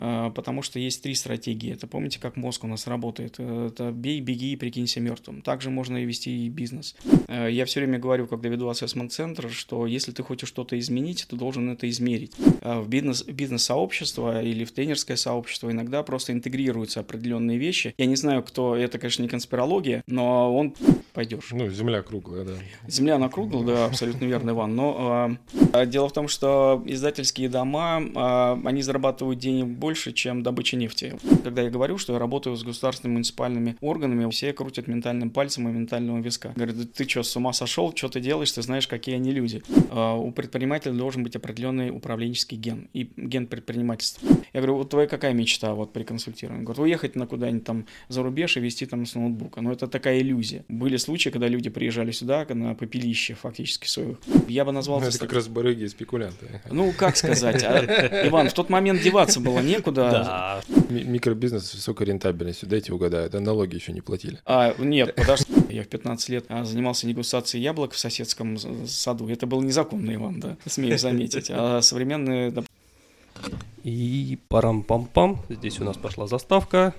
потому что есть 3 стратегии. Это помните, как мозг у нас работает? Это бей, беги и прикинься мертвым. Также можно и вести бизнес. Я все время говорю, когда веду ассессмент-центр, что если ты хочешь что-то изменить, ты должен это измерить. В бизнес-сообщество или в тренерское сообщество иногда просто интегрируются определенные вещи. Я не знаю, кто, это, конечно, не конспирология, но он... Пойдешь. Земля круглая, да. Земля она круглая, да, абсолютно верно, Иван. Но дело в том, что издательские дома, они зарабатывают денег больше, чем добыча нефти. Когда я говорю, что я работаю с государственными муниципальными органами, все крутят ментальным пальцем и ментального виска. Говорят, да ты что, с ума сошел? Что ты делаешь? Ты знаешь, какие они люди. У предпринимателя должен быть определенный управленческий ген и ген предпринимательства. Я говорю, вот твоя какая мечта вот при консультировании? Говорят, уехать на куда-нибудь там за рубеж и вести там с ноутбука. Но это такая иллюзия. Были случаи, когда люди приезжали сюда на попелище фактически своих. Я бы назвал... это как раз барыги и спекулянты. Ну, как сказать. Иван, в тот момент деваться было некуда. Да. Микробизнес с высокой рентабельностью. Дайте угадаю, это налоги еще не платили. Нет, подожди. Я в 15 лет занимался дегустацией яблок в соседском саду. Это было незаконно, Иван, да, смею заметить. А современные... И парам-пам-пам. Здесь у нас пошла заставка.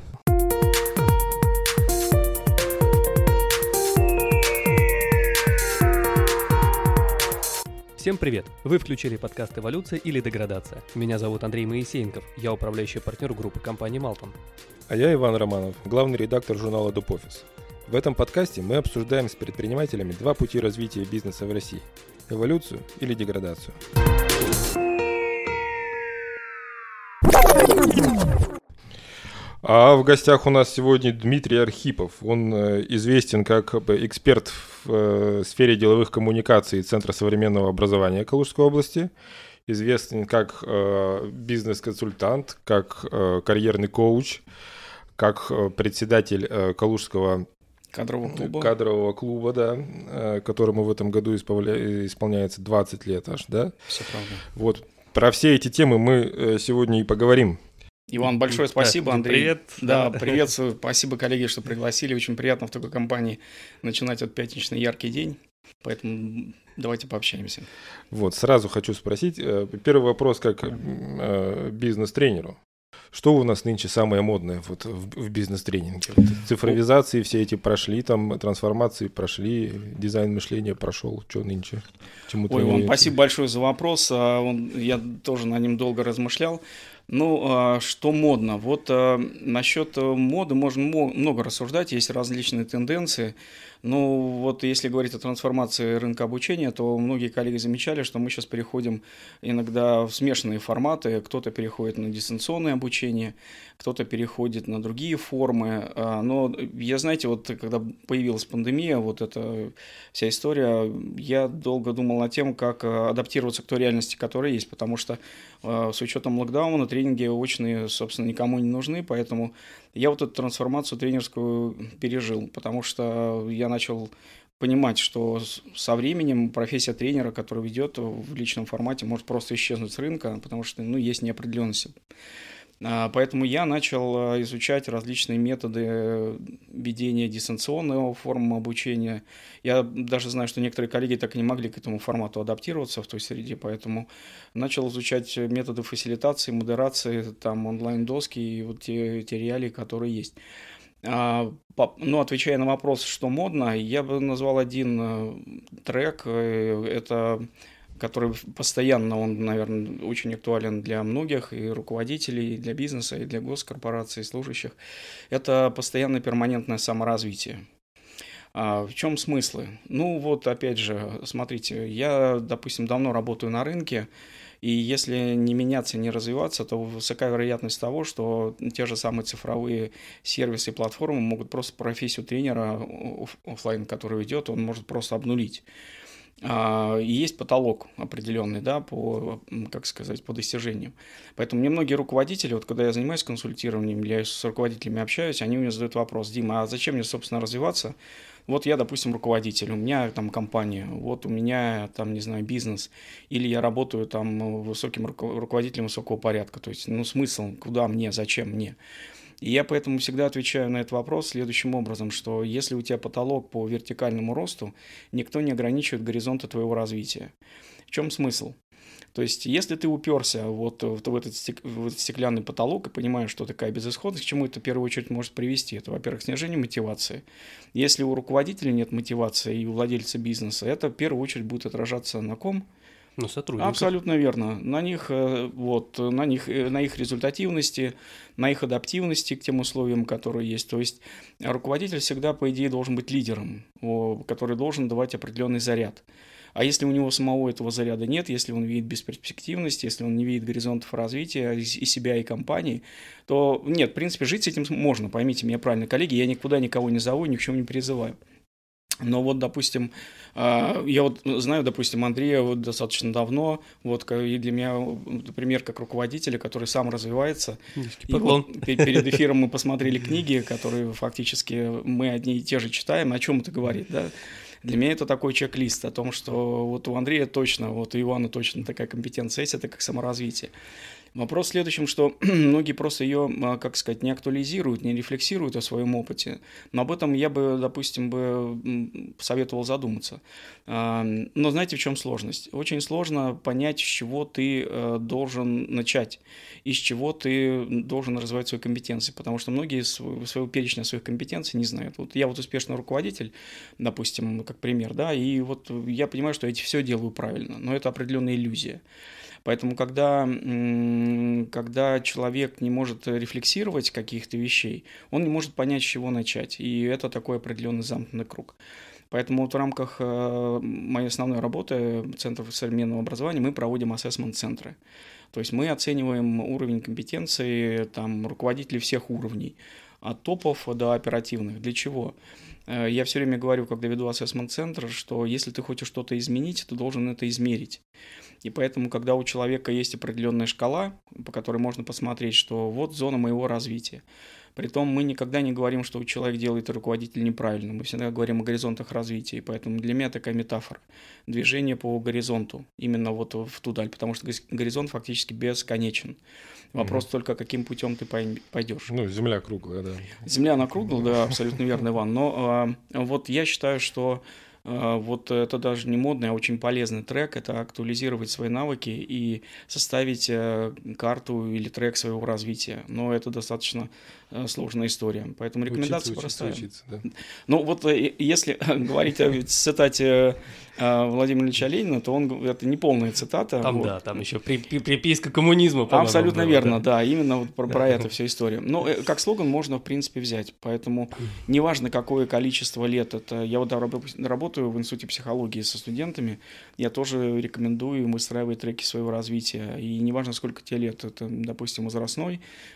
Всем привет! Вы включили подкаст «Эволюция или деградация». Меня зовут Андрей Моисеенков, я управляющий партнер группы компании «Малтон». А я Иван Романов, главный редактор журнала «Доп.Офис». В этом подкасте мы обсуждаем с предпринимателями 2 пути развития бизнеса в России – эволюцию или деградацию. А в гостях у нас сегодня Дмитрий Архипов. Он известен как эксперт в сфере деловых коммуникаций Центра современного образования Калужской области. Известен как бизнес-консультант, как карьерный коуч, как председатель Калужского кадрового клуба, да, которому в этом году исполняется 20 лет аж, да? Все правда. Вот. Про все эти темы мы сегодня и поговорим. Иван, большое спасибо, Андрей. Привет. Да, приветствую. Спасибо, коллеги, что пригласили. Очень приятно в такой компании начинать этот пятничный яркий день. Поэтому давайте пообщаемся. Вот, сразу хочу спросить. Первый вопрос как бизнес-тренеру. Что у нас нынче самое модное вот в бизнес-тренинге? Вот, цифровизации все эти прошли, там трансформации прошли, дизайн мышления прошел. Что нынче? Ой, Иван, спасибо большое за вопрос. Я тоже на нем долго размышлял. Ну, что модно? Вот насчет моды можно много рассуждать, есть различные тенденции. Ну, вот если говорить о трансформации рынка обучения, то многие коллеги замечали, что мы сейчас переходим иногда в смешанные форматы. Кто-то переходит на дистанционное обучение, кто-то переходит на другие формы. Но я, знаете, вот когда появилась пандемия, вот эта вся история, я долго думал над тем, как адаптироваться к той реальности, которая есть, потому что с учетом локдауна тренинги очные, собственно, никому не нужны, поэтому я вот эту трансформацию тренерскую пережил, потому что я начал понимать, что со временем профессия тренера, который ведет в личном формате, может просто исчезнуть с рынка, потому что есть неопределенность. Поэтому я начал изучать различные методы ведения дистанционного формы обучения. Я даже знаю, что некоторые коллеги так и не могли к этому формату адаптироваться в той среде, поэтому начал изучать методы фасилитации, модерации, там онлайн-доски и вот те реалии, которые есть. Ну, отвечая на вопрос, что модно, я бы назвал один трек, это... который постоянно, он, наверное, очень актуален для многих, и руководителей, и для бизнеса, и для госкорпораций, и служащих. Это постоянное перманентное саморазвитие. В чем смыслы? Ну, вот, опять же, смотрите, я, допустим, давно работаю на рынке, и если не меняться, не развиваться, то высока вероятность того, что те же самые цифровые сервисы и платформы могут просто профессию тренера офлайн, который ведет, он может просто обнулить. И есть потолок определенный, да, по, как сказать, по достижениям. Поэтому мне многие руководители, вот когда я занимаюсь консультированием, я с руководителями общаюсь, они мне задают вопрос: Дима, а зачем мне, собственно, развиваться? Вот я, допустим, руководитель, у меня там компания, вот у меня там, не знаю, бизнес, или я работаю там высоким руководителем высокого порядка. То есть, ну, смысл, куда мне, зачем мне? И я поэтому всегда отвечаю на этот вопрос следующим образом, что если у тебя потолок по вертикальному росту, никто не ограничивает горизонты твоего развития. В чем смысл? То есть, если ты уперся вот в этот стеклянный потолок и понимаешь, что такая безысходность, к чему это в первую очередь может привести? Это, во-первых, снижение мотивации. Если у руководителя нет мотивации и у владельца бизнеса, это в первую очередь будет отражаться на ком? Ну, сотрудников. Абсолютно верно. На них, на их результативности, на их адаптивности к тем условиям, которые есть. То есть руководитель всегда, по идее, должен быть лидером, который должен давать определенный заряд. А если у него самого этого заряда нет, если он видит бесперспективность, если он не видит горизонтов развития и себя, и компании, то нет, в принципе, жить с этим можно, поймите меня правильно, коллеги, я никуда никого не зову, ни к чему не призываю. Но вот, допустим, я вот знаю, допустим, Андрея вот достаточно давно, вот, и для меня пример как руководителя, который сам развивается. И вот перед эфиром мы посмотрели книги, которые фактически мы одни и те же читаем, о чем это говорит, да? Для меня это такой чек-лист о том, что вот у Андрея точно, вот у Ивана точно такая компетенция есть, это как саморазвитие. Вопрос в следующем, что многие просто ее, как сказать, не актуализируют, не рефлексируют о своем опыте. Но об этом я бы, допустим, советовал задуматься. Но знаете, в чем сложность? Очень сложно понять, с чего ты должен начать, и с чего ты должен развивать свои компетенции, потому что многие своего перечня своих компетенций не знают. Вот я вот успешный руководитель, допустим, как пример, да, и вот я понимаю, что я все делаю правильно, но это определенная иллюзия. Поэтому, когда человек не может рефлексировать каких-то вещей, он не может понять, с чего начать. И это такой определенный замкнутый круг. Поэтому вот в рамках моей основной работы Центров современного образования мы проводим ассессмент-центры. То есть мы оцениваем уровень компетенции там, руководителей всех уровней, от топов до оперативных. Для чего? Я все время говорю, когда веду ассессмент-центр, что если ты хочешь что-то изменить, ты должен это измерить. И поэтому, когда у человека есть определенная шкала, по которой можно посмотреть, что вот зона моего развития. Притом мы никогда не говорим, что человек делает руководитель неправильно. Мы всегда говорим о горизонтах развития. И поэтому для меня такая метафора. Движение по горизонту. Именно вот в ту даль. Потому что горизонт фактически бесконечен. Вопрос только, каким путем ты пойдешь. Ну, Земля круглая, да. Земля она круглая, да, абсолютно верно, Иван. Но вот я считаю, что вот это даже не модный, а очень полезный трек – это актуализировать свои навыки и составить карту или трек своего развития. Но это достаточно сложная история, поэтому рекомендация простая. Учиться, да. Ну вот если говорить о цитате Владимира Ильича Ленина, то это не полная цитата. Там, вот. Да, там еще приписка коммунизма, по-моему. Абсолютно верно, да, именно вот про это вся история. Но как слоган можно, в принципе, взять, поэтому неважно, какое количество лет это. Я вот работаю в Институте психологии со студентами, я тоже рекомендую выстраивать треки своего развития, и неважно, сколько тебе лет, это, допустим, возрастной,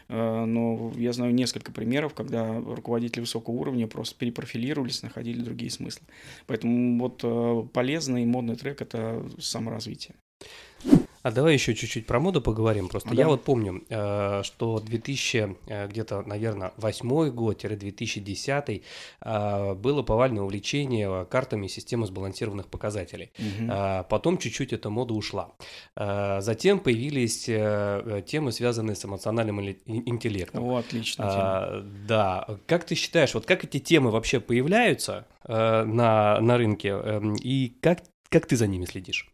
но я знаю несколько примеров, когда руководители высокого уровня просто перепрофилировались, находили другие смыслы. Поэтому вот полезный и модный трек – это саморазвитие. А давай еще чуть-чуть про моду поговорим. Просто Да. я вот помню, что 2000, где-то, наверное, 2008 год-2010 было повальное увлечение картами системы сбалансированных показателей. Потом чуть-чуть эта мода ушла. Затем появились темы, связанные с эмоциональным интеллектом. О, отличная тема. Да. Как ты считаешь, вот как эти темы вообще появляются на рынке, и как ты за ними следишь?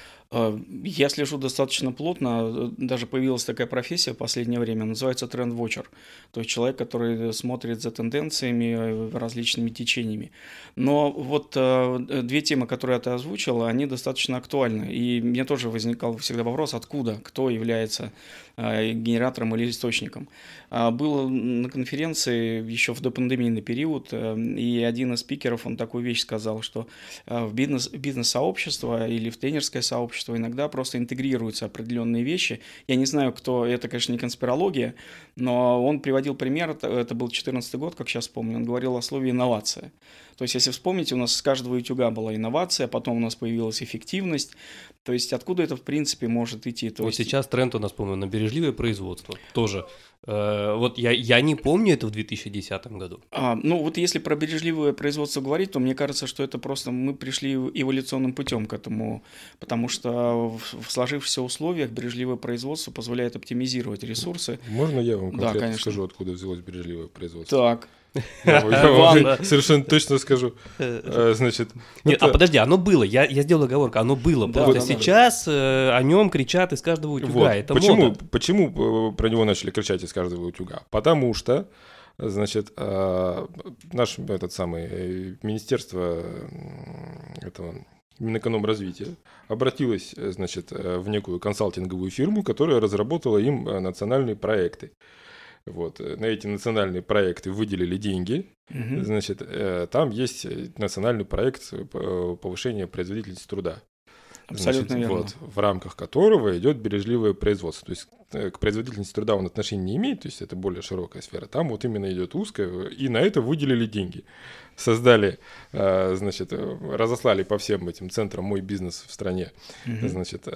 Я слежу достаточно плотно, даже появилась такая профессия в последнее время, называется тренд-вотчер, то есть человек, который смотрит за тенденциями, различными течениями. Но вот две темы, которые ты озвучил, они достаточно актуальны, и мне тоже возникал всегда вопрос, откуда, кто является генератором или источником. Был на конференции еще в допандемийный период, и один из спикеров, он такую вещь сказал, что в бизнес-сообщество или в тренерское сообщество иногда просто интегрируются определенные вещи. Я не знаю, кто, это, конечно, не конспирология, но он приводил пример, это был 2014 год, как сейчас помню, он говорил о слове «инновация». То есть, если вспомните, у нас с каждого утюга была инновация, потом у нас появилась эффективность. То есть, откуда это, в принципе, может идти? Вот сейчас тренд у нас, по-моему, на бережливое производство тоже. Вот я не помню это в 2010 году. Ну, вот если про бережливое производство говорить, то мне кажется, что это просто мы пришли эволюционным путем к этому, потому что в сложившихся условиях бережливое производство позволяет оптимизировать ресурсы. Можно я вам конкретно конечно. скажу, откуда взялось бережливое производство? Так. Я вам совершенно точно скажу. Значит, нет, подожди, оно было, я сделал оговорку, оно было. Просто сейчас о нем кричат из каждого утюга. Это почему про него начали кричать из каждого утюга? Потому что, значит, наше Министерство Минэкономразвития обратилось, значит, в некую консалтинговую фирму, которая разработала им национальные проекты. Вот. На эти национальные проекты выделили деньги. Значит, там есть национальный проект повышения производительности труда. Абсолютно верно. Вот, в рамках которого идет бережливое производство. То есть к производительности труда он отношения не имеет, то есть это более широкая сфера. Там вот именно идет узкая, и на это выделили деньги. Создали, значит, разослали по всем этим центрам «Мой бизнес» в стране, значит,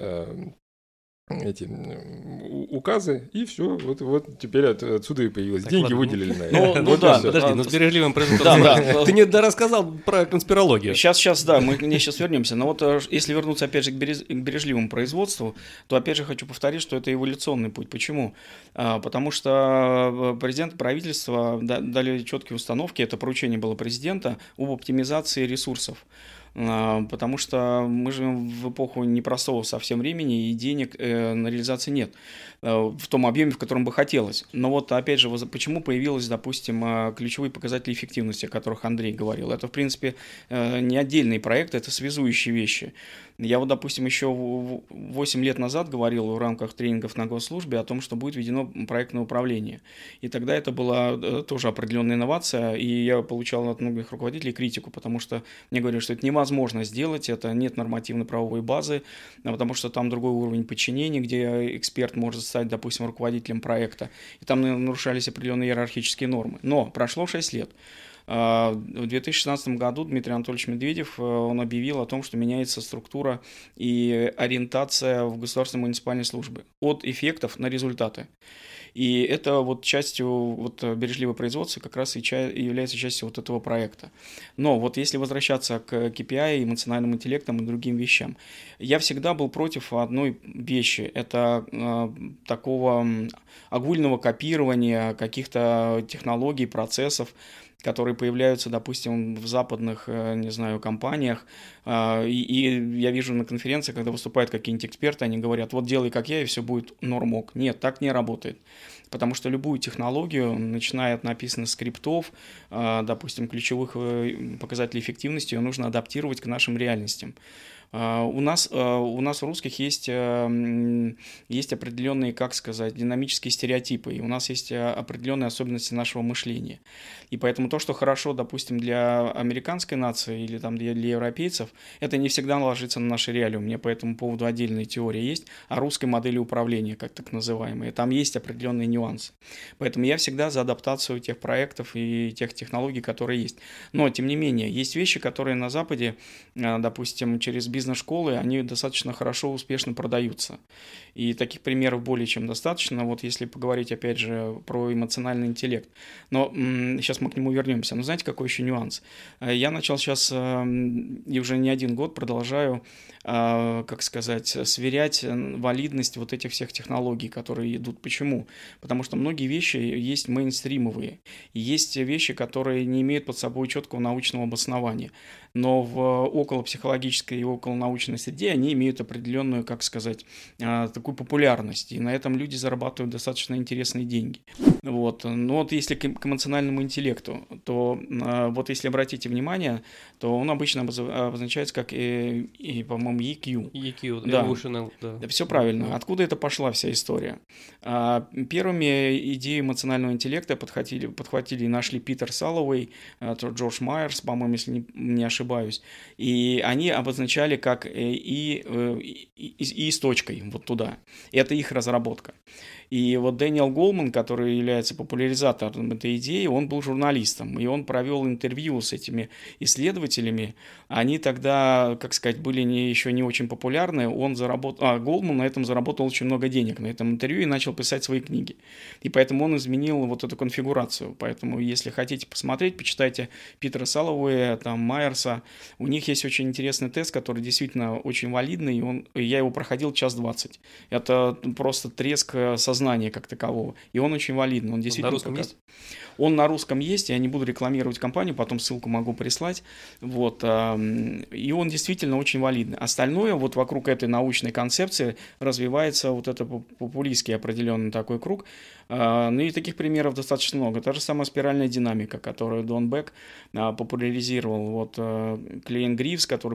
эти указы, и все, вот теперь отсюда и появилось. Так, деньги ладно, выделили на это. Ну да, подожди, с бережливым производством. Ты не рассказал про конспирологию. Сейчас, да, мы к ней сейчас вернемся. Но вот если вернуться опять же к бережливому производству, то опять же хочу повторить, что это эволюционный путь. Почему? Потому что президент и правительство дали четкие установки, это поручение было президента, об оптимизации ресурсов. Потому что мы живем в эпоху непростого совсем времени, и денег на реализацию нет в том объеме, в котором бы хотелось. Но вот опять же, почему появились, допустим, ключевые показатели эффективности, о которых Андрей говорил. Это, в принципе, не отдельные проекты, это связующие вещи. Я вот, допустим, еще 8 лет назад говорил в рамках тренингов на госслужбе о том, что будет введено проектное управление. И тогда это была тоже определенная инновация, и я получал от многих руководителей критику, потому что мне говорили, что это невозможно сделать, это нет нормативно-правовой базы, потому что там другой уровень подчинения, где эксперт может стать, допустим, руководителем проекта, и там нарушались определенные иерархические нормы. Но прошло 6 лет. В 2016 году Дмитрий Анатольевич Медведев, он объявил о том, что меняется структура и ориентация в государственной муниципальной службе от эффектов на результаты. И это вот частью вот бережливого производства как раз и является частью вот этого проекта. Но вот если возвращаться к KPI, эмоциональным интеллектам и другим вещам, я всегда был против одной вещи. Это такого огульного копирования каких-то технологий, процессов, которые появляются, допустим, в западных, не знаю, компаниях. И я вижу на конференциях, когда выступают какие-нибудь эксперты, они говорят, вот делай как я, и все будет нормок. Нет, так не работает. Потому что любую технологию, начиная от написанных скриптов, допустим, ключевых показателей эффективности, ее нужно адаптировать к нашим реальностям. У нас в русских есть определенные, как сказать, динамические стереотипы, и у нас есть определенные особенности нашего мышления. И поэтому то, что хорошо, допустим, для американской нации или там для европейцев, это не всегда ложится на наши реалии. У меня по этому поводу отдельная теория есть о русской модели управления, как так называемой. Там есть определенные нюансы. Поэтому я всегда за адаптацию тех проектов и тех технологий, которые есть. Но, тем не менее, есть вещи, которые на Западе, допустим, через бизнес-школы, они достаточно хорошо, успешно продаются. И таких примеров более чем достаточно. Вот если поговорить, опять же, про эмоциональный интеллект. Но сейчас мы к нему вернемся. Но знаете, какой еще нюанс? Я начал сейчас, и уже не один год продолжаю, как сказать, сверять валидность вот этих всех технологий, которые идут. Почему? Потому что многие вещи есть мейнстримовые. И есть вещи, которые не имеют под собой четкого научного обоснования. Но в околопсихологической и околонаучной среде они имеют определенную, как сказать, такую популярность. И на этом люди зарабатывают достаточно интересные деньги. Вот. Но вот если к эмоциональному интеллекту, то вот если обратите внимание, то он обычно обозначается как, по-моему, EQ. EQ, да. Emotional, да. Все правильно. Откуда это пошла вся история? Первыми идеи эмоционального интеллекта подхватили и нашли Питер Саллоуэй, Джордж Майерс, по-моему, если не ошибаюсь. И они обозначали как и с точкой вот туда. Это их разработка. И вот Дэниел Голман, который является популяризатором этой идеи, он был журналистом, и он провел интервью с этими исследователями. Они тогда, как сказать, были еще не очень популярны. Голман на этом заработал очень много денег на этом интервью и начал писать свои книги. И поэтому он изменил вот эту конфигурацию. Поэтому, если хотите посмотреть, почитайте Питера Саллоуэя, там, Майерса. У них есть очень интересный тест, который действительно очень валидный, и я его проходил 1:20. Это просто треск сознания знания как такового. И он очень валидный. Он действительно на русском есть? Он на русском есть, я не буду рекламировать компанию, потом ссылку могу прислать. Вот, и он действительно очень валидный. Остальное вот вокруг этой научной концепции развивается вот это популистский определенный такой круг. Ну и таких примеров достаточно много. Та же самая спиральная динамика, которую Дон Бек популяризировал. Вот Клейн Грейвс, который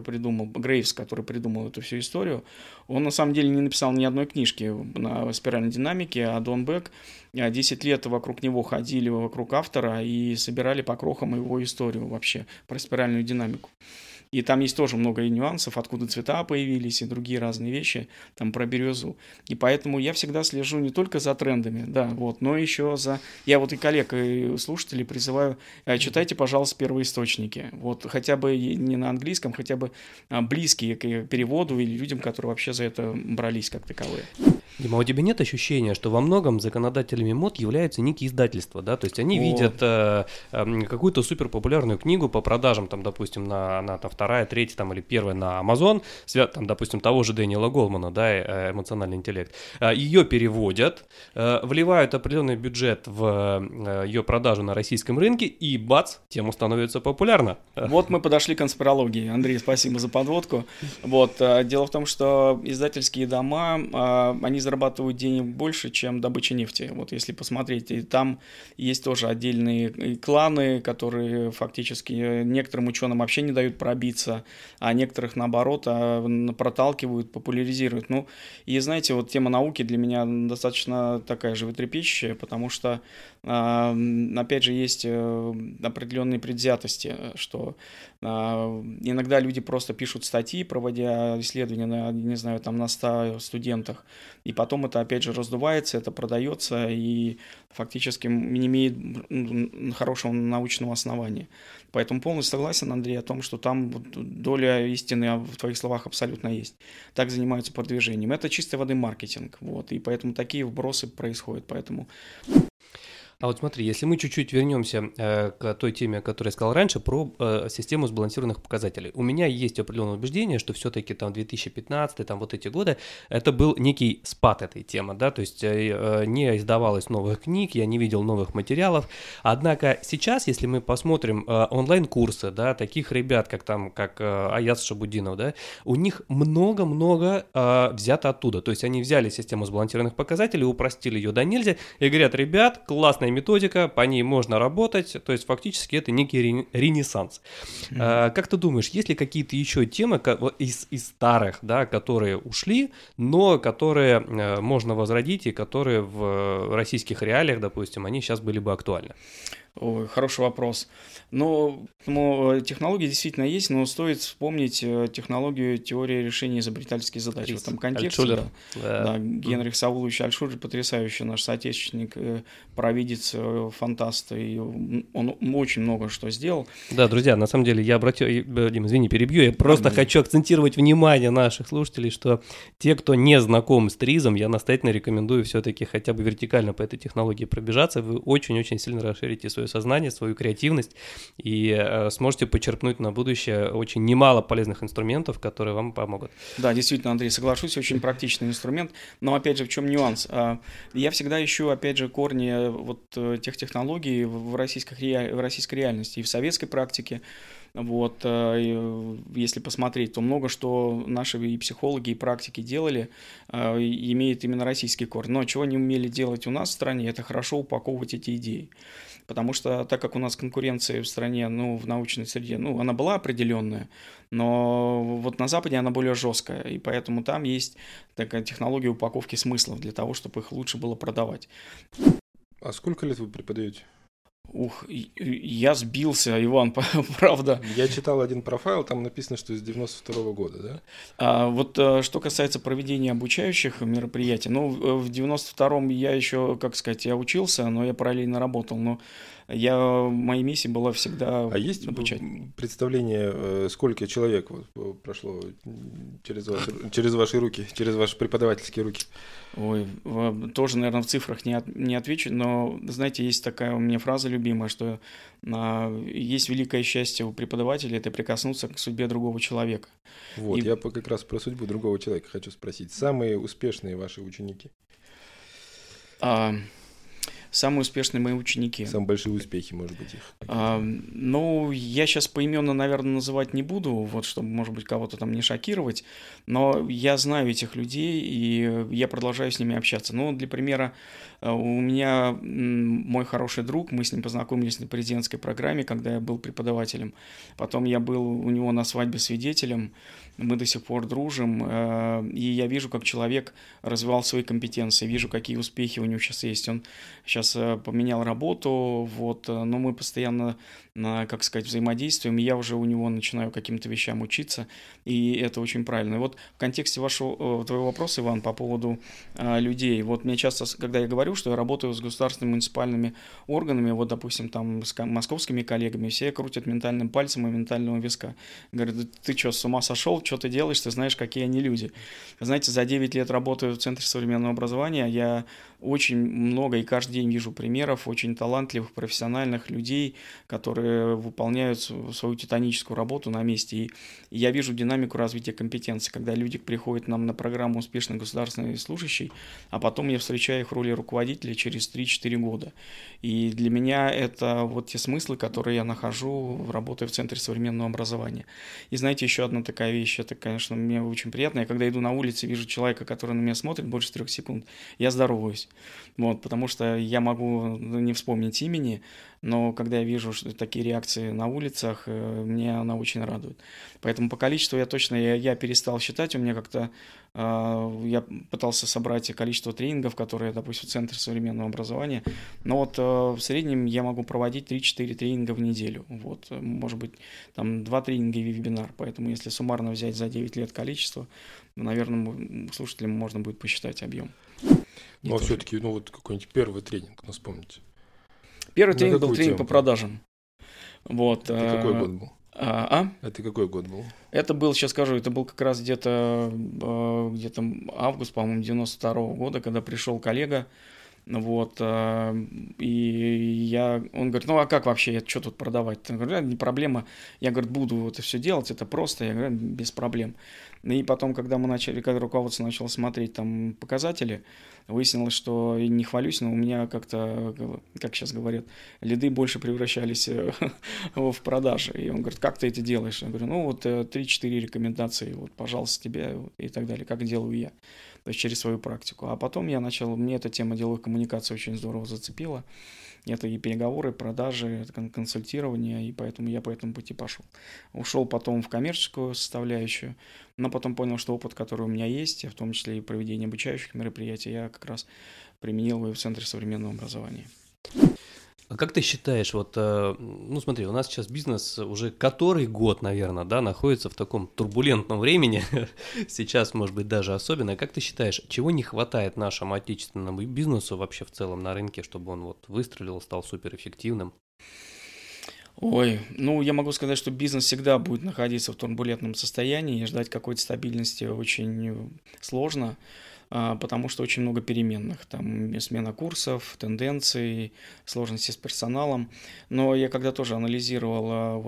придумал эту всю историю, он на самом деле не написал ни одной книжки на спиральной динамике, а Дон Бек 10 лет вокруг него ходили, вокруг автора и собирали по крохам его историю вообще про спиральную динамику. И там есть тоже много нюансов, откуда цвета появились и другие разные вещи, там про бирюзу. И поэтому я всегда слежу не только за трендами, да, вот, но еще за... Я вот и коллег, и слушателей призываю, читайте, пожалуйста, первоисточники. Вот хотя бы не на английском, хотя бы близкие к переводу или людям, которые вообще за это брались как таковые. Дима, а у тебя нет ощущения, что во многом законодателями мод являются некие издательства, да? То есть они видят какую-то суперпопулярную книгу по продажам, там, допустим, она там вторая, третья там, или первая на Amazon, там, допустим, того же Дэниела Голмана, да, «Эмоциональный интеллект». Ее переводят, вливают определенный бюджет в ее продажу на российском рынке, и бац, тема становится популярна. Вот мы подошли к конспирологии. Андрей, спасибо за подводку. Вот, дело в том, что издательские дома, они зарабатывают денег больше, чем добыча нефти. Вот если посмотреть, и там есть тоже отдельные кланы, которые фактически некоторым ученым вообще не дают пробиться, а некоторых, наоборот, проталкивают, популяризируют. Ну, и знаете, вот тема науки для меня достаточно такая животрепещущая, потому что, опять же, есть определенные предвзятости, что иногда люди просто пишут статьи, проводя исследования на, не знаю, там на 100 студентах, и потом это опять же раздувается, это продается и фактически не имеет хорошего научного основания. Поэтому полностью согласен, Андрей, о том, что там доля истины в твоих словах абсолютно есть. Так занимаются продвижением. Это чистой воды маркетинг, вот, и поэтому такие вбросы происходят, поэтому... А вот смотри, если мы чуть-чуть вернемся к той теме, о которой я сказал раньше, про систему сбалансированных показателей. У меня есть определенное убеждение, что все-таки там 2015, там вот эти годы, это был некий спад этой темы, да, то есть не издавалось новых книг, я не видел новых материалов. Однако сейчас, если мы посмотрим онлайн-курсы, да, таких ребят, как Аяз Шабудинов, да, у них много-много взято оттуда. То есть они взяли систему сбалансированных показателей, упростили ее до нельзя и говорят: ребят, классная методика, по ней можно работать, то есть фактически это некий ренессанс. Как ты думаешь, есть ли какие-то еще темы из старых, да, которые ушли, но которые можно возродить и которые в российских реалиях, допустим, они сейчас были бы актуальны? Ой, хороший вопрос. Но технологии действительно есть, но стоит вспомнить технологию теории решения изобретательских задач. В этом контексте да, Генрих Саулович Альтшулер, потрясающий наш соотечественник, провидец, фантаст, и он очень много что сделал. Да, друзья, на самом деле я Дим, извини, перебью, я просто хочу акцентировать внимание наших слушателей, что те, кто не знаком с ТРИЗом, я настоятельно рекомендую все-таки хотя бы вертикально по этой технологии пробежаться, вы очень-очень сильно расширите свое сознание, свою креативность и сможете почерпнуть на будущее очень немало полезных инструментов, которые вам помогут. Да, действительно, Андрей, соглашусь, очень практичный инструмент, но опять же, в чем нюанс? Я всегда ищу, опять же, корни вот тех технологий в российской реальности и в советской практике. Вот, если посмотреть, то много что наши и психологи, и практики делали, имеет именно российский корень. Но чего не умели делать у нас в стране, это хорошо упаковывать эти идеи. Потому что так как у нас конкуренция в стране, в научной среде, она была определенная, но вот на Западе она более жесткая, и поэтому там есть такая технология упаковки смыслов для того, чтобы их лучше было продавать. А сколько лет вы преподаете? Я сбился, Иван, правда. Я читал один профайл, там написано, что с 92-го года, да? Вот что касается проведения обучающих мероприятий, в 92-м я еще, я учился, но я параллельно работал, но моей миссией была всегда обучать. А есть представление, сколько человек прошло через ваши руки, через ваши преподавательские руки? Ой, тоже, наверное, в цифрах не отвечу, но, знаете, есть такая у меня фраза любимая, что есть великое счастье у преподавателя — это прикоснуться к судьбе другого человека. Вот, я как раз про судьбу другого человека хочу спросить. Самые успешные ваши ученики? А, Самые успешные мои ученики. Самые большие успехи, может быть, их. Ну, я сейчас поименно, наверное, называть не буду, вот, чтобы, может быть, кого-то там не шокировать, но я знаю этих людей, и я продолжаю с ними общаться. Ну, для примера, у меня мой хороший друг, мы с ним познакомились на президентской программе, когда я был преподавателем. Потом я был у него на свадьбе свидетелем, мы до сих пор дружим, и я вижу, как человек развивал свои компетенции, вижу, какие успехи у него сейчас есть. Он сейчас поменял работу, вот, но мы постоянно, как сказать, взаимодействуем, и я уже у него начинаю каким-то вещам учиться, и это очень правильно. И вот в контексте твоего вопроса, Иван, по поводу людей, вот мне часто, когда я говорю, что я работаю с государственными муниципальными органами, вот, допустим, там, с московскими коллегами, все крутят ментальным пальцем и ментального виска. Говорят, да ты что, с ума сошел, что ты делаешь, ты знаешь, какие они люди. Знаете, за 9 лет работаю в Центре современного образования, я очень много и каждый день вижу примеров очень талантливых, профессиональных людей, которые выполняют свою титаническую работу на месте. И я вижу динамику развития компетенций, когда люди приходят к нам на программу «Успешный государственный служащий», а потом я встречаю их в роли руководителя через 3-4 года. И для меня это вот те смыслы, которые я нахожу, работая в Центре современного образования. И знаете, еще одна такая вещь, это, конечно, мне очень приятно. Я когда иду на улице, вижу человека, который на меня смотрит больше 3 секунд, я здороваюсь. Вот, потому что я могу не вспомнить имени, но когда я вижу такие реакции на улицах, мне она очень радует. Поэтому по количеству я перестал считать, у меня как-то я пытался собрать количество тренингов, которые, допустим, в Центре современного образования, но вот в среднем я могу проводить 3-4 тренинга в неделю, вот, может быть, там 2 тренинга и вебинар, поэтому если суммарно взять за 9 лет количество, наверное, слушателям можно будет посчитать объем. Но все-таки, ну вот какой-нибудь первый тренинг, ну вспомните. Первый тренинг был тренинг по продажам. Вот. Это какой год был? Это какой год был? Это был, сейчас скажу, это был как раз где-то август, по-моему, 92-го года, когда пришел коллега, вот, и он говорит, ну а как вообще, что тут продавать? Я говорю, не проблема, я, говорит, буду это все делать, это просто, я говорю, без проблем. И потом, когда руководство начало смотреть там показатели, выяснилось, что не хвалюсь, но у меня как-то, как сейчас говорят, лиды больше превращались в продажи. И он говорит, как ты это делаешь? Я говорю, ну вот 3-4 рекомендации, вот, пожалуйста, тебе и так далее, как делаю я, то есть через свою практику. А потом мне эта тема деловой коммуникации очень здорово зацепила. Это и переговоры, продажи, консультирование, и поэтому я по этому пути пошел. Ушел потом в коммерческую составляющую, но потом понял, что опыт, который у меня есть, в том числе и проведение обучающих мероприятий, я как раз применил его в Центре современного образования. А как ты считаешь, вот, ну смотри, у нас сейчас бизнес уже который год, наверное, да, находится в таком турбулентном времени, сейчас, может быть, даже особенно. Как ты считаешь, чего не хватает нашему отечественному бизнесу вообще в целом на рынке, чтобы он вот выстрелил, стал суперэффективным? Ой, ну я могу сказать, что бизнес всегда будет находиться в турбулентном состоянии, и ждать какой-то стабильности очень сложно, потому что очень много переменных, там смена курсов, тенденций, сложности с персоналом. Но я когда тоже анализировал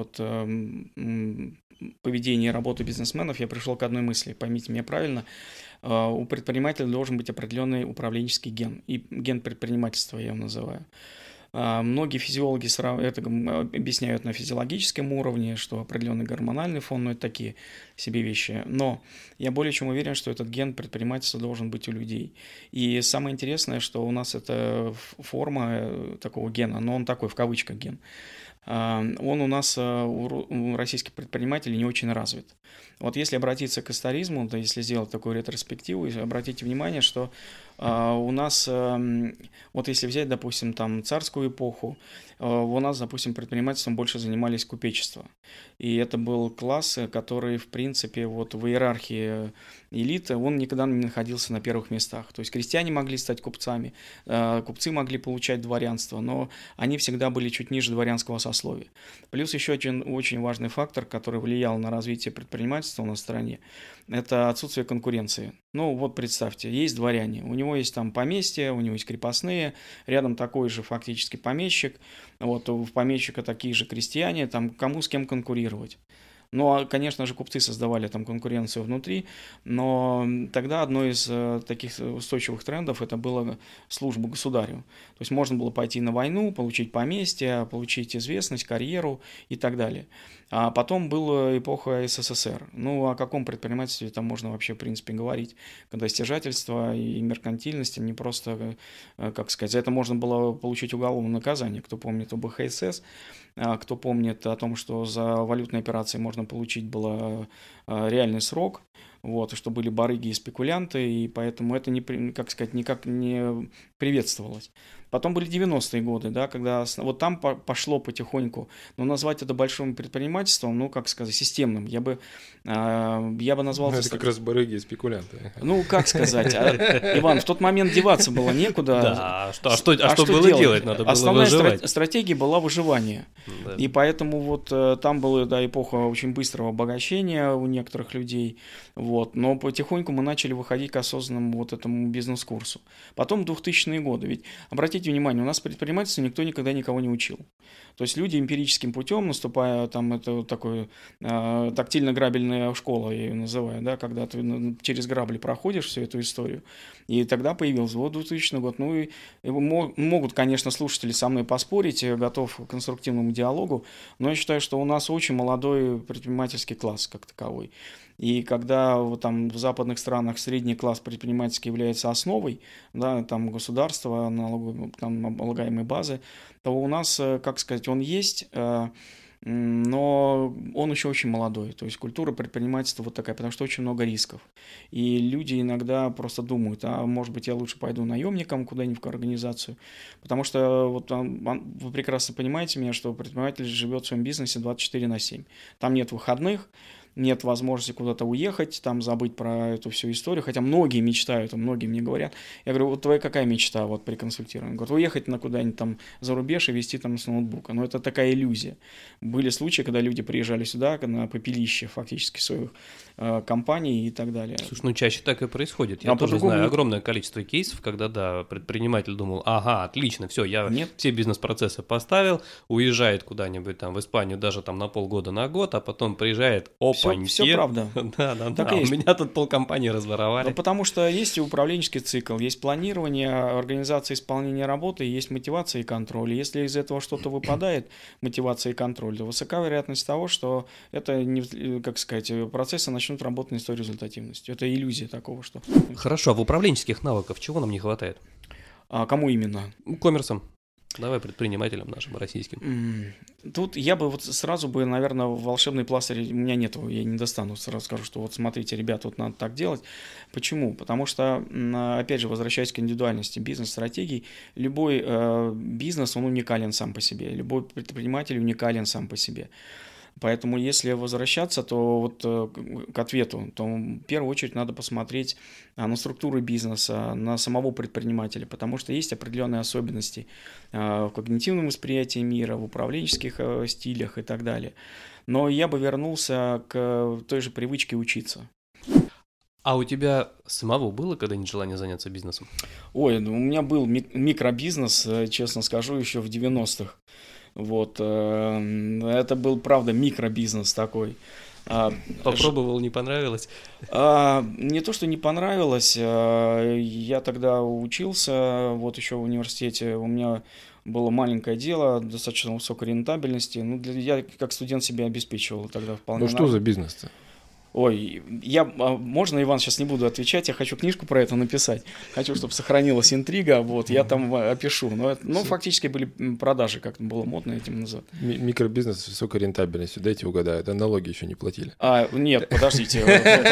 поведение и работу бизнесменов, я пришел к одной мысли, поймите меня правильно, у предпринимателя должен быть определенный управленческий ген, и ген предпринимательства я его называю. Многие физиологи это объясняют на физиологическом уровне, что определенный гормональный фон, но это такие себе вещи. Но я более чем уверен, что этот ген предпринимательства должен быть у людей. И самое интересное, что у нас эта форма такого гена, но он такой в кавычках ген, он у нас, у российских предпринимателей не очень развит. Вот если обратиться к историзму, то если сделать такую ретроспективу, обратите внимание, что у нас, вот если взять, допустим, там царскую эпоху, у нас, допустим, предпринимательством больше занимались купечество. И это был класс, который, в принципе, вот в иерархии элиты, он никогда не находился на первых местах. То есть крестьяне могли стать купцами, купцы могли получать дворянство, но они всегда были чуть ниже дворянского сословия. Плюс еще один очень важный фактор, который влиял на развитие предпринимательства у нас в стране, это отсутствие конкуренции. Ну вот представьте, есть дворяне, у него есть там поместье, у него есть крепостные, рядом такой же фактически помещик, вот у помещика такие же крестьяне, там кому с кем конкурировать. Ну, а, конечно же, купцы создавали там конкуренцию внутри, но тогда одно из таких устойчивых трендов это была служба государю. То есть можно было пойти на войну, получить поместье, получить известность, карьеру и так далее. А потом была эпоха СССР. Ну, о каком предпринимательстве там можно вообще, в принципе, говорить? Когда стяжательство и меркантильность, они просто, как сказать, за это можно было получить уголовное наказание. Кто помнит об ХСС, кто помнит о том, что за валютные операции можно получить было реальный срок, вот, что были барыги и спекулянты, и поэтому это, как сказать, никак не приветствовалось. Потом были 90-е годы, да, когда вот там пошло потихоньку, но назвать это большим предпринимательством, ну, как сказать, системным, я бы назвал... Это как раз барыги и спекулянты. Ну, как сказать, Иван, в тот момент деваться было некуда. Да, а что было делать? Надо было Основная выживать. стратегия была выживание. Да. И поэтому вот там была, да, эпоха очень быстрого обогащения у некоторых людей, вот, но потихоньку мы начали выходить к осознанному вот этому бизнес-курсу. Потом 2000-е годы, ведь, обратите внимание, у нас в предпринимательстве никто никогда никого не учил. То есть люди эмпирическим путем, наступая там, это вот такое тактильно-грабельная школа, я ее называю, да, когда ты через грабли проходишь всю эту историю, и тогда появился вот 2000 год. Ну и могут, конечно, слушатели со мной поспорить, я готов к конструктивному диалогу, но я считаю, что у нас очень молодой предпринимательский класс как таковой. И когда вот там в западных странах средний класс предпринимательский является основой, да, там государство, там облагаемые базы, то у нас, как сказать, он есть, но он еще очень молодой. То есть культура предпринимательства вот такая, потому что очень много рисков. И люди иногда просто думают, а может быть я лучше пойду наемником куда-нибудь в организацию, потому что вот вы прекрасно понимаете меня, что предприниматель живет в своем бизнесе 24/7. Там нет выходных, нет возможности куда-то уехать, там забыть про эту всю историю, хотя многие мечтают, многие мне говорят. Я говорю, вот твоя какая мечта вот при консультировании? Говорят, уехать на куда-нибудь там за рубеж и вести там с ноутбука. Но это такая иллюзия. Были случаи, когда люди приезжали сюда на попелище фактически своих компаний и так далее. Слушай, ну чаще так и происходит. Я тоже знаю огромное количество кейсов, когда, да, предприниматель думал, ага, отлично, все, я все бизнес-процессы поставил, уезжает куда-нибудь там в Испанию даже там на полгода, на год, а потом приезжает, все правда. Да, у меня тут полкомпании разворовали. Ну, потому что есть и управленческий цикл, есть планирование, организация исполнения работы, есть мотивация и контроль. Если из этого что-то выпадает, мотивация и контроль, то высока вероятность того, что это, как сказать, процессы начнут работать не с той результативностью. Это иллюзия такого, что... Хорошо, а в управленческих навыках чего нам не хватает? А кому именно? Коммерсом. Давай предпринимателям нашим российским. Тут я бы вот сразу бы, наверное, волшебный пластырь у меня нету, я не достану, сразу скажу, что вот смотрите, ребята, вот надо так делать. Почему? Потому что, опять же, возвращаясь к индивидуальности бизнес-стратегий, любой бизнес, он уникален сам по себе, любой предприниматель уникален сам по себе. Поэтому, если возвращаться, то вот к ответу, то в первую очередь надо посмотреть на структуру бизнеса, на самого предпринимателя, потому что есть определенные особенности в когнитивном восприятии мира, в управленческих стилях и так далее. Но я бы вернулся к той же привычке учиться. А у тебя самого было когда-нибудь желание заняться бизнесом? Ой, у меня был микробизнес, честно скажу, еще в 90-х. Вот, это был, правда, микробизнес такой. Попробовал, не понравилось? Не то, что не понравилось, я тогда учился, вот еще в университете, у меня было маленькое дело, достаточно высокой рентабельности, ну, я как студент себя обеспечивал тогда вполне. Ну, что за бизнес-то? Ой, можно, Иван, сейчас не буду отвечать, я хочу книжку про это написать, хочу, чтобы сохранилась интрига, вот, я там опишу, но фактически были продажи, как было модно этим называть. Микробизнес с высокой рентабельностью, дайте угадаю, это налоги еще не платили. Нет, подождите,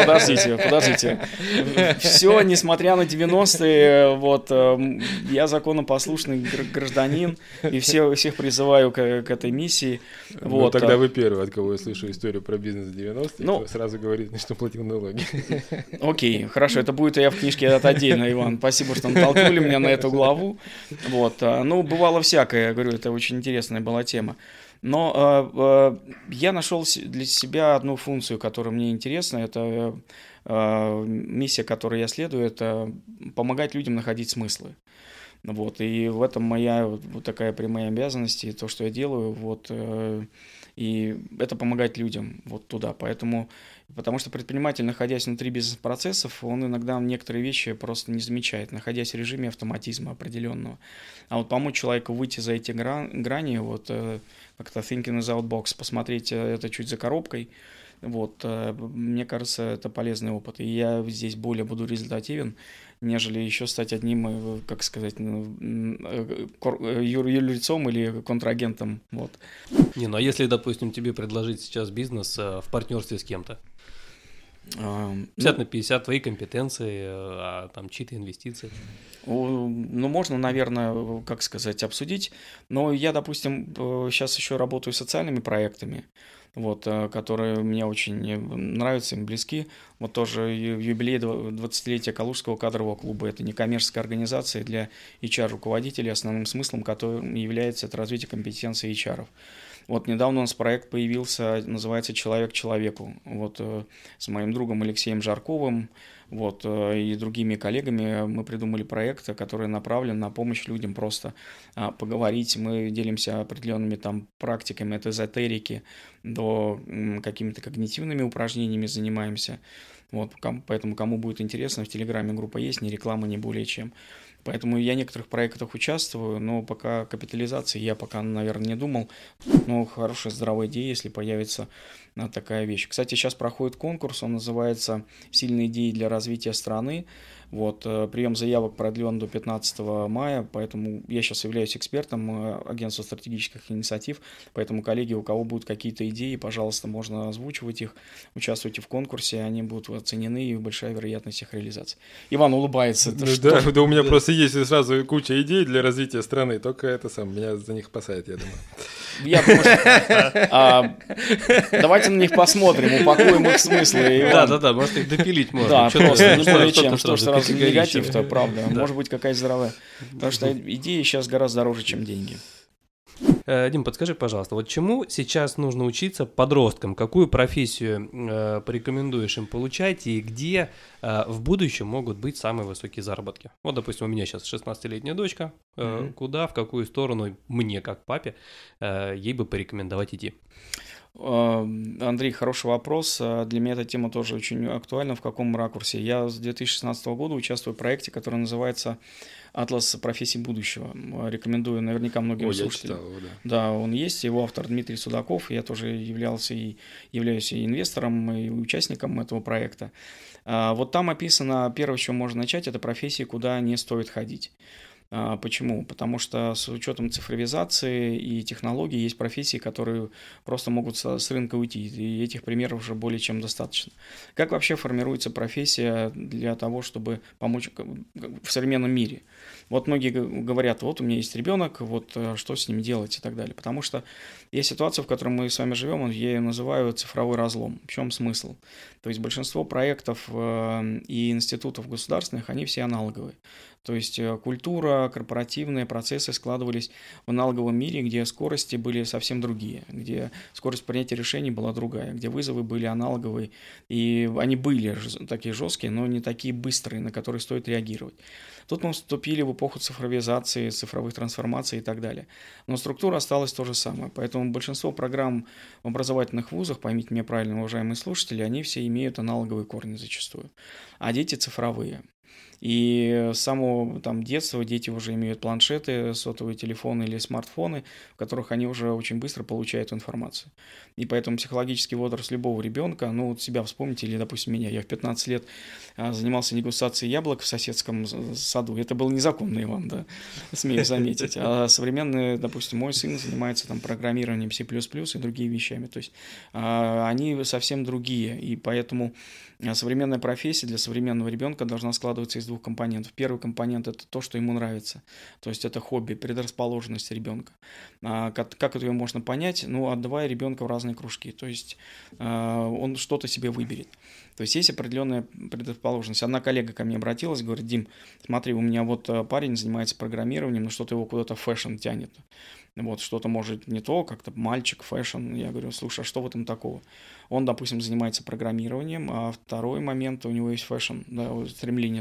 все, несмотря на 90-е, вот, я законопослушный гражданин, и всех призываю к этой миссии. Вот. Ну, тогда вы первый, от кого я слышу историю про бизнес 90-е, сразу говорит, что платил налоги. Окей, хорошо, это будет я в книжке это отдельно, Иван. Спасибо, что натолкнули меня на эту главу. Вот, ну, бывало всякое, я говорю, это очень интересная была тема. Но я нашел для себя одну функцию, которая мне интересна. Это миссия, которой я следую, это помогать людям находить смыслы. Вот, и в этом моя вот такая прямая обязанность, и то, что я делаю, вот, и это помогать людям вот туда. Потому что предприниматель, находясь внутри бизнес-процессов, он иногда некоторые вещи просто не замечает, находясь в режиме автоматизма определенного. А вот помочь человеку выйти за эти грани, вот как-то thinking is out box, посмотреть это чуть за коробкой, вот, мне кажется, это полезный опыт. И я здесь более буду результативен, нежели еще стать одним, как сказать, юрлицом или контрагентом. Вот. Не, ну а если, допустим, тебе предложить сейчас бизнес в партнерстве с кем-то? 50 на 50 твои компетенции, а там чьи-то инвестиции. Ну, можно, наверное, как сказать, обсудить. Но я, допустим, сейчас еще работаю с социальными проектами, вот, которые мне очень нравятся, им близки. Вот тоже юбилей 20-летия Калужского кадрового клуба. Это некоммерческая организация для HR-руководителей, основным смыслом которым является это развитие компетенции HR-ов. Вот недавно у нас проект появился, называется «Человек человеку». Вот с моим другом Алексеем Жарковым, вот, и другими коллегами мы придумали проект, который направлен на помощь людям просто поговорить. Мы делимся определенными там практиками от эзотерики до какими-то когнитивными упражнениями занимаемся. Вот, поэтому кому будет интересно, в Телеграме группа есть, ни реклама, ни более чем. Поэтому я в некоторых проектах участвую, но пока капитализации я пока, наверное, не думал. Но хорошая, здравая идея, если появится такая вещь. Кстати, сейчас проходит конкурс, он называется «Сильные идеи для развития страны». Вот, прием заявок продлен до 15 мая, поэтому я сейчас являюсь экспертом агентства стратегических инициатив, поэтому, коллеги, у кого будут какие-то идеи, пожалуйста, можно озвучивать их, участвуйте в конкурсе, они будут оценены и большая вероятность их реализации. Иван улыбается. Да, у меня просто есть сразу куча идей для развития страны, только это меня за них спасает, я думаю. Я думаю, давайте на них посмотрим, упакуем их смыслы. Да, может их допилить можно. Да, просто не более чем, что сразу негатив-то, правда. Может быть, какая-то здравая. Потому что идеи сейчас гораздо дороже, чем деньги. Дим, подскажи, пожалуйста, вот чему сейчас нужно учиться подросткам? Какую профессию порекомендуешь им получать и где в будущем могут быть самые высокие заработки? Вот, допустим, у меня сейчас 16-летняя дочка. Куда, в какую сторону мне, как папе, ей бы порекомендовать идти? Андрей, хороший вопрос. Для меня эта тема тоже очень актуальна. В каком ракурсе? Я с 2016 года участвую в проекте, который называется «Атлас профессий будущего». Рекомендую наверняка многим слушателям. Да, он есть. Его автор Дмитрий Судаков. Я тоже являюсь и инвестором, и участником этого проекта. Вот там описано, первое, с чего можно начать, это профессии, куда не стоит ходить. Почему? Потому что с учетом цифровизации и технологий есть профессии, которые просто могут с рынка уйти, и этих примеров уже более чем достаточно. Как вообще формируется профессия для того, чтобы помочь в современном мире? Вот многие говорят, вот у меня есть ребенок, вот что с ним делать и так далее. Потому что есть ситуация, в которой мы с вами живем, я ее называю цифровой разлом. В чем смысл? То есть большинство проектов и институтов государственных, они все аналоговые. То есть культура, корпоративные процессы складывались в аналоговом мире, где скорости были совсем другие, где скорость принятия решений была другая, где вызовы были аналоговые, и они были такие жесткие, но не такие быстрые, на которые стоит реагировать. Тут мы вступили в эпоху цифровизации, цифровых трансформаций и так далее. Но структура осталась то же самое. Поэтому большинство программ в образовательных вузах, поймите меня правильно, уважаемые слушатели, они все имеют аналоговые корни зачастую, а дети цифровые. И с самого детства дети уже имеют планшеты, сотовые телефоны или смартфоны, в которых они уже очень быстро получают информацию. И поэтому психологический возраст любого ребенка, вот себя вспомните, или, допустим, меня, я в 15 лет занимался дегустацией яблок в соседском саду. Это был незаконно, Иван, да, смею заметить. А современный, допустим, мой сын занимается программированием C++ и другими вещами. То есть они совсем другие, и поэтому современная профессия для современного ребенка должна складываться из двух компонентов. Первый компонент – это то, что ему нравится, то есть это хобби, предрасположенность ребенка. Как это можно понять? Отдавая ребенка в разные кружки, то есть он что-то себе выберет. То есть есть определенная предрасположенность. Одна коллега ко мне обратилась, говорит: Дим, смотри, у меня парень занимается программированием, но что-то его куда-то в фэшн тянет. Что-то может не то, как-то мальчик, фэшн. Я говорю: слушай, а что в этом такого? Он, допустим, занимается программированием, а второй момент, у него есть фэшн, стремление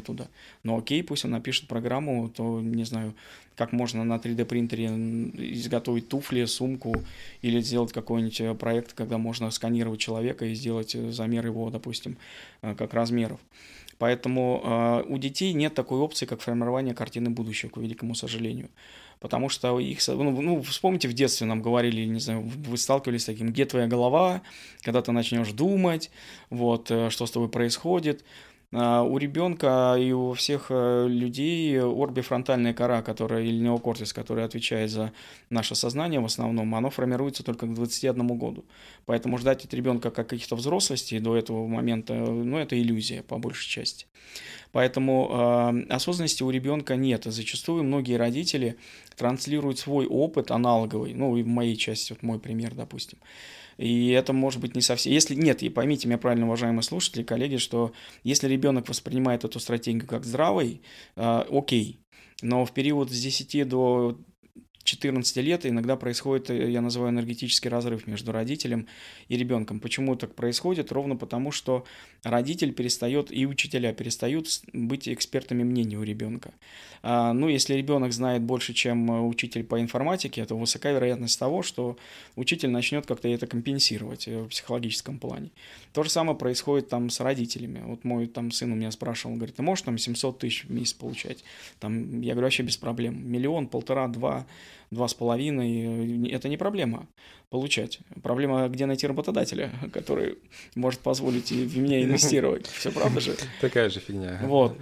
оттуда. Но окей, пусть он напишет программу, то, не знаю, как можно на 3D-принтере изготовить туфли, сумку или сделать какой-нибудь проект, когда можно сканировать человека и сделать замер его, допустим, как размеров. Поэтому у детей нет такой опции, как формирование картины будущего, к великому сожалению. Потому что их... вспомните, в детстве нам говорили, не знаю, вы сталкивались с таким, где твоя голова, когда ты начнешь думать, вот, что с тобой происходит. У ребенка и у всех людей орбифронтальная кора, или неокортекс, который отвечает за наше сознание в основном, оно формируется только к 21 году. Поэтому ждать от ребенка каких-то взрослостей до этого момента, это иллюзия по большей части. Поэтому осознанности у ребенка нет. Зачастую многие родители транслируют свой опыт аналоговый, и в моей части, вот мой пример, допустим. И это может быть не совсем... И поймите меня правильно, уважаемые слушатели, коллеги, что если ребенок воспринимает эту стратегию как здравой, окей. Но в период с 10 до 14 лет иногда происходит, я называю, энергетический разрыв между родителем и ребенком. Почему так происходит? Ровно потому, что родитель перестает и учителя перестают быть экспертами мнения у ребенка. Если ребенок знает больше, чем учитель по информатике, то высока вероятность того, что учитель начнет как-то это компенсировать в психологическом плане. То же самое происходит там с родителями. Вот мой сын у меня спрашивал, говорит, ты можешь 700 тысяч в месяц получать? Я говорю, вообще без проблем. 1, 1,5 миллиона, 2, 2,5, это не проблема получать. Проблема, где найти работодателя, который может позволить в меня инвестировать. Все правда же? Такая же фигня. Вот.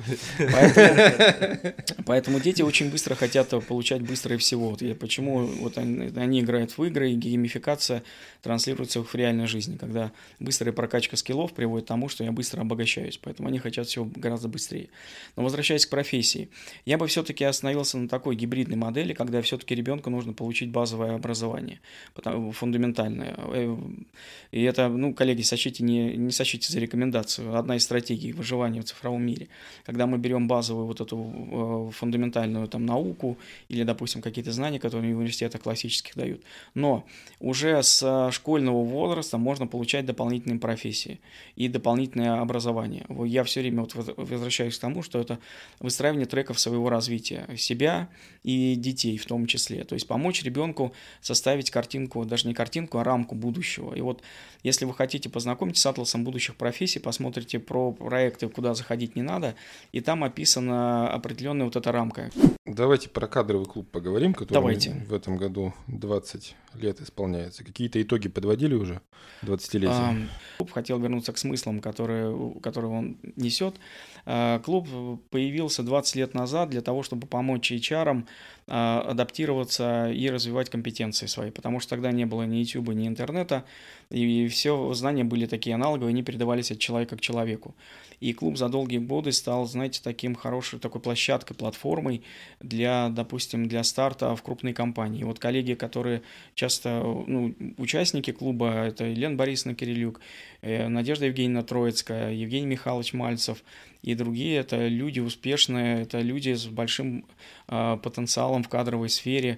Поэтому дети очень быстро хотят получать быстро и всего. Почему они играют в игры, и геймификация транслируется в реальной жизни, когда быстрая прокачка скиллов приводит к тому, что я быстро обогащаюсь. Поэтому они хотят всего гораздо быстрее. Но возвращаясь к профессии, я бы все-таки остановился на такой гибридной модели, когда все-таки ребенку нужно получить базовое образование, фундаментальное. И это, коллеги, не сочтите за рекомендацию. Одна из стратегий выживания в цифровом мире. Когда мы берем базовую эту фундаментальную науку или, допустим, какие-то знания, которые в университетах классических дают. Но уже с школьного возраста можно получать дополнительные профессии и дополнительное образование. Я все время возвращаюсь к тому, что это выстраивание треков своего развития себя и детей в том числе. То есть помочь ребенку составить картинку, даже не картинку, а рамку будущего. И если вы хотите познакомиться с атласом будущих профессий, посмотрите про проекты, куда заходить не надо, и там описана определенная эта рамка. Давайте про кадровый клуб поговорим, который в этом году 20 лет исполняется. Какие-то итоги подводили уже 20-летия? Клуб хотел вернуться к смыслам, которые он несет. Клуб появился 20 лет назад для того, чтобы помочь HR-ам адаптироваться и развивать компетенции свои, потому что тогда не было ни YouTube, ни интернета, и все знания были такие аналоговые, они передавались от человека к человеку. И клуб за долгие годы стал, таким хорошей такой площадкой, платформой допустим, для старта в крупной компании. Коллеги, которые часто, участники клуба, это Елена Борисовна Кирилюк, Надежда Евгеньевна Троицкая, Евгений Михайлович Мальцев и другие, это люди успешные, это люди с большим потенциалом в кадровой сфере.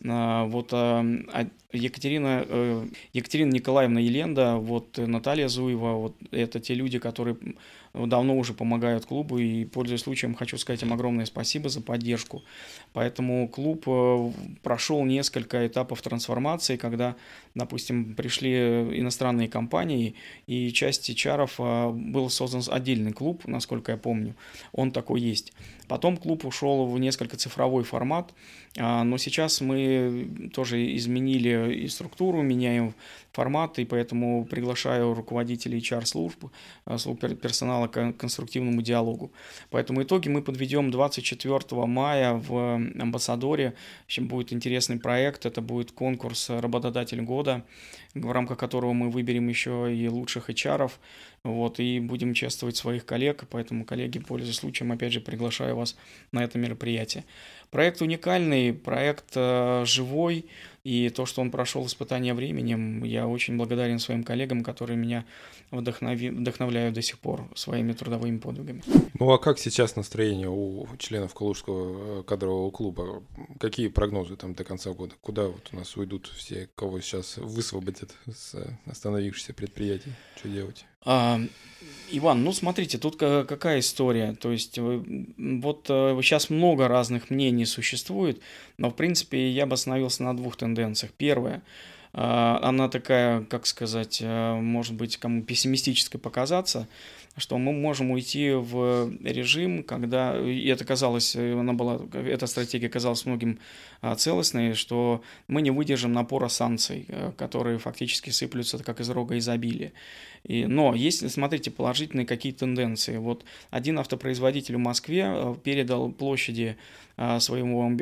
Екатерина Николаевна Еленда, Наталья Зуева, это те люди, которые давно уже помогают клубу, и, пользуясь случаем, хочу сказать им огромное спасибо за поддержку. Поэтому клуб прошел несколько этапов трансформации, когда, допустим, пришли иностранные компании, и часть HR был создан отдельный клуб, насколько я помню, он такой есть. Потом клуб ушел в несколько цифровой формат, но сейчас мы тоже изменили и структуру, меняем формат, и поэтому приглашаю руководителей HR-служб, служб персонала к конструктивному диалогу. Поэтому итоги мы подведем 24 мая в Амбассадоре. В общем, будет интересный проект, это будет конкурс «Работодатель года», в рамках которого мы выберем еще и лучших HR-ов, и будем чествовать своих коллег, поэтому, коллеги, пользуясь случаем, опять же, приглашаю вас на это мероприятие. Проект уникальный, проект живой, и то, что он прошел испытание временем, я очень благодарен своим коллегам, которые меня вдохновляют до сих пор своими трудовыми подвигами. А как сейчас настроение у членов Калужского кадрового клуба? Какие прогнозы до конца года? Куда у нас уйдут все, кого сейчас высвободят с остановившихся предприятий? Что делать? А, Иван, ну смотрите, тут какая история. То есть вот сейчас много разных мнений существует, но в принципе я бы остановился на двух тенденциях. Первая, она такая, как сказать, может быть, кому пессимистической показаться, что мы можем уйти в режим, когда, и это казалось, эта стратегия казалась многим целостной, что мы не выдержим напора санкций, которые фактически сыплются как из рога изобилия. Но есть, смотрите, положительные какие тенденции. Вот один автопроизводитель в Москве передал площади своего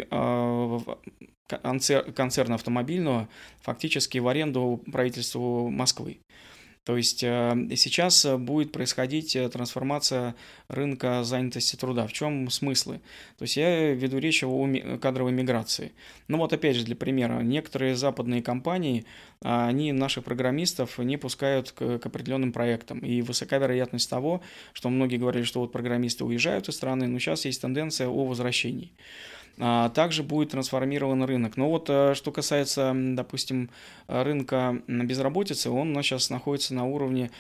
концерна автомобильного фактически в аренду правительству Москвы. То есть сейчас будет происходить трансформация рынка занятости труда. В чем смыслы? То есть я веду речь о кадровой миграции. Ну вот опять же для примера, некоторые западные компании, они наших программистов не пускают к определенным проектам. И высока вероятность того, что многие говорили, что вот программисты уезжают из страны, но сейчас есть тенденция о возвращении. Также будет трансформирован рынок. Но вот что касается, допустим, рынка безработицы, он у нас сейчас находится на уровне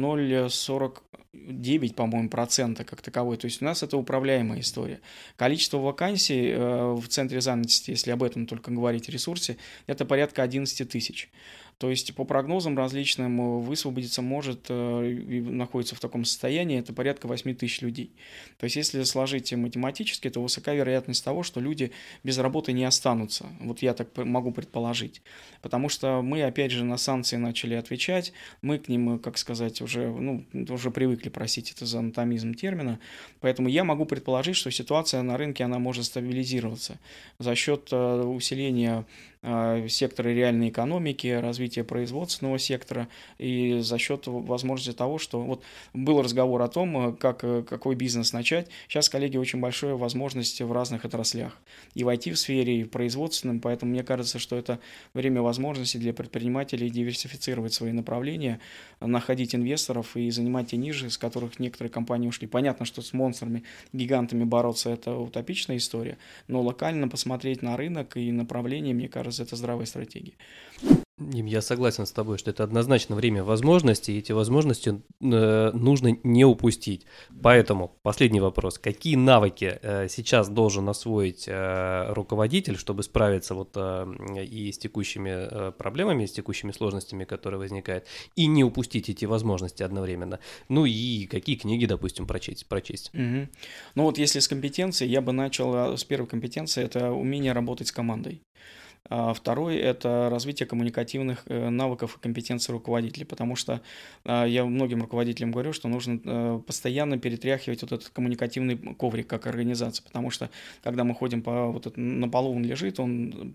0,49, по-моему, процента как таковой. То есть у нас это управляемая история. Количество вакансий в центре занятости, если об этом только говорить, ресурсе, это порядка 11 тысяч. То есть по прогнозам различным высвободиться может и находится в таком состоянии это порядка 8 тысяч людей. То есть если сложить математически, то высока вероятность того, что люди без работы не останутся. Вот я так могу предположить. Потому что мы опять же на санкции начали отвечать, мы к ним, как сказать, уже привыкли, просить это за анатомизм термина. Поэтому я могу предположить, что ситуация на рынке она может стабилизироваться за счет усиления сектора реальной экономики, развития производственного сектора и за счет возможности того, что вот был разговор о том, какой бизнес начать. Сейчас, коллеги, очень большая возможность в разных отраслях. И в IT-сфере, и в производственном, поэтому мне кажется, что это время возможности для предпринимателей диверсифицировать свои направления, находить инвесторов и занимать те ниши, с которых некоторые компании ушли. Понятно, что с монстрами, гигантами бороться – это утопичная история, но локально посмотреть на рынок и направление, мне кажется, это здравая стратегия. Дим, я согласен с тобой, что это однозначно время возможностей, и эти возможности нужно не упустить. Поэтому последний вопрос. Какие навыки сейчас должен освоить руководитель, чтобы справиться и с текущими проблемами, и с текущими сложностями, которые возникают, и не упустить эти возможности одновременно? Ну и какие книги, допустим, прочесть? Угу. Ну вот если с компетенцией, я бы начал с первой компетенции, это умение работать с командой. Второй – это развитие коммуникативных навыков и компетенций руководителей, потому что я многим руководителям говорю, что нужно постоянно перетряхивать вот этот коммуникативный коврик как организация, потому что когда мы ходим на полу, он лежит, он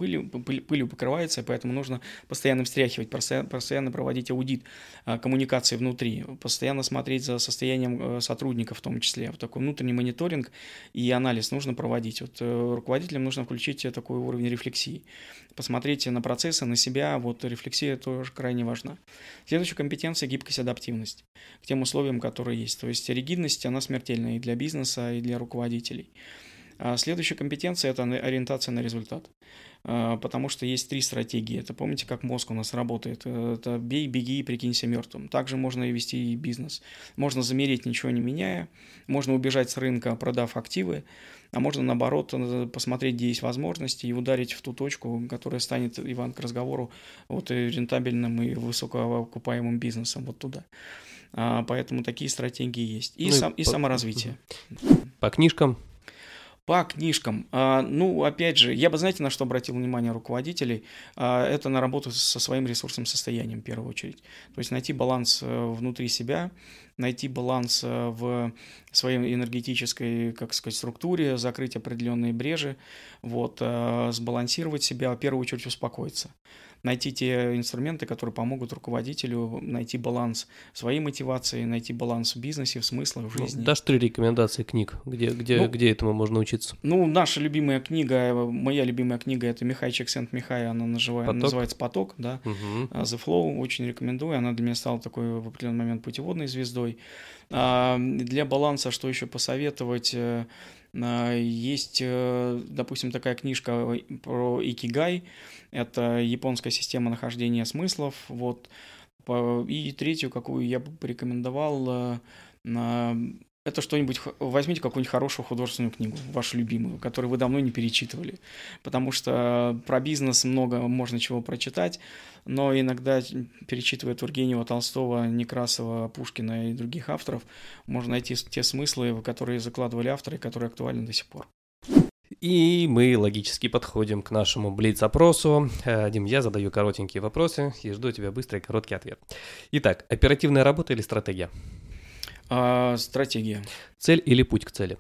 пылью покрывается, и поэтому нужно постоянно встряхивать, постоянно проводить аудит коммуникации внутри, постоянно смотреть за состоянием сотрудников в том числе. Вот такой внутренний мониторинг и анализ нужно проводить. Вот руководителям нужно включить такой уровень рефлексии. Посмотрите на процессы, на себя, рефлексия тоже крайне важна. Следующая компетенция – гибкость, адаптивность к тем условиям, которые есть. То есть ригидность, она смертельна и для бизнеса, и для руководителей. Следующая компетенция – это ориентация на результат. Потому что есть 3 стратегии. Это помните, как мозг у нас работает. Это бей, беги и прикинься мертвым. Также можно и вести и бизнес. Можно замереть, ничего не меняя. Можно убежать с рынка, продав активы. А можно, наоборот, посмотреть, где есть возможности, и ударить в ту точку, которая станет, Иван, к разговору, рентабельным и высокоокупаемым бизнесом, туда. Поэтому такие стратегии есть. И саморазвитие. По книжкам? По книжкам. Опять же, я бы, знаете, на что обратил внимание руководителей? Это на работу со своим ресурсным состоянием, в первую очередь. То есть найти баланс внутри себя, найти баланс в своей энергетической, структуре, закрыть определенные брежи, сбалансировать себя, в первую очередь успокоиться. Найти те инструменты, которые помогут руководителю найти баланс своей мотивации, найти баланс в бизнесе, в смыслах, в жизни. Дашь 3 рекомендации книг, где этому можно учиться? Наша любимая книга, моя любимая книга, это Михай Чиксент-Михай, она называется «Поток», да, «The Flow», очень рекомендую, она для меня стала такой в определенный момент путеводной звездой. Для баланса, что еще посоветовать, есть, допустим, такая книжка про икигай, это японская система нахождения смыслов, И третью, какую я бы порекомендовал, это что-нибудь, возьмите какую-нибудь хорошую художественную книгу, вашу любимую, которую вы давно не перечитывали, потому что про бизнес много можно чего прочитать, но иногда, перечитывая Тургенева, Толстого, Некрасова, Пушкина и других авторов, можно найти те смыслы, которые закладывали авторы, которые актуальны до сих пор. И мы логически подходим к нашему блиц-опросу. Дим, я задаю коротенькие вопросы и жду тебя быстрый и короткий ответ. Итак, оперативная работа или стратегия? Стратегия. Цель или путь к цели?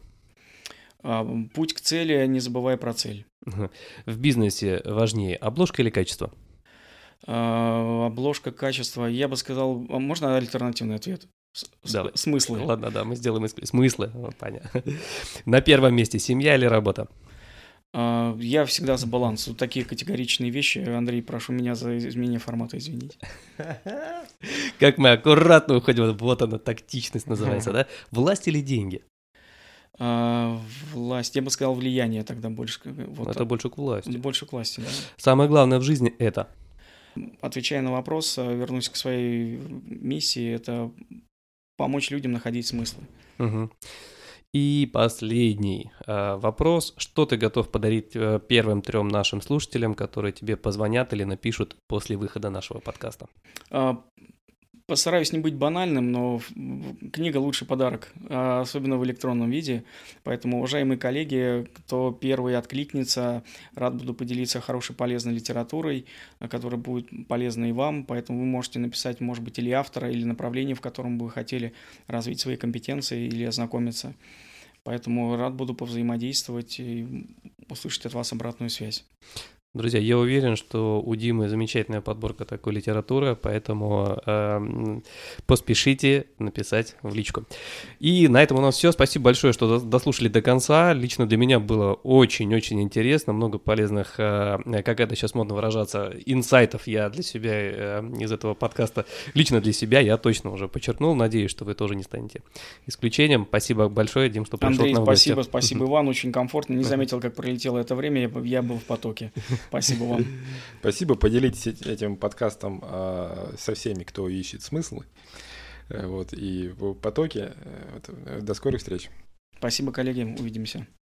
Путь к цели, не забывая про цель. В бизнесе важнее обложка или качество? Обложка, качество. Я бы сказал, можно альтернативный ответ? Смыслы. Ладно, да, мы сделаем смыслы. Понятно. На первом месте семья или работа? Я всегда за баланс. Вот такие категоричные вещи. Андрей, прошу меня за изменение формата извинить. Как мы аккуратно уходим. Вот она, тактичность называется, да? Власть или деньги? Власть. Я бы сказал, влияние тогда больше. Вот, это больше к власти. Больше к власти, да. Самое главное в жизни – это? Отвечая на вопрос, вернусь к своей миссии, это помочь людям находить смыслы. Угу. И последний вопрос. Что ты готов подарить первым 3 нашим слушателям, которые тебе позвонят или напишут после выхода нашего подкаста? Постараюсь не быть банальным, но книга – лучший подарок, особенно в электронном виде. Поэтому, уважаемые коллеги, кто первый откликнется, рад буду поделиться хорошей, полезной литературой, которая будет полезна и вам. Поэтому вы можете написать, может быть, или автора, или направление, в котором бы вы хотели развить свои компетенции или ознакомиться. Поэтому рад буду повзаимодействовать и услышать от вас обратную связь. Друзья, я уверен, что у Димы замечательная подборка такой литературы, поэтому поспешите написать в личку. И на этом у нас все. Спасибо большое, что дослушали до конца. Лично для меня было очень-очень интересно. Много полезных, как это сейчас модно выражаться, инсайтов я для себя из этого подкаста, лично для себя я точно уже подчеркнул. Надеюсь, что вы тоже не станете исключением. Спасибо большое, Дим, что пришел к нам в гости. Андрей, спасибо, Иван. Очень комфортно. Не заметил, как пролетело это время. Я был в потоке. Спасибо вам. Спасибо. Поделитесь этим подкастом со всеми, кто ищет смыслы. Вот, и в потоке. До скорых встреч. Спасибо, коллеги. Увидимся.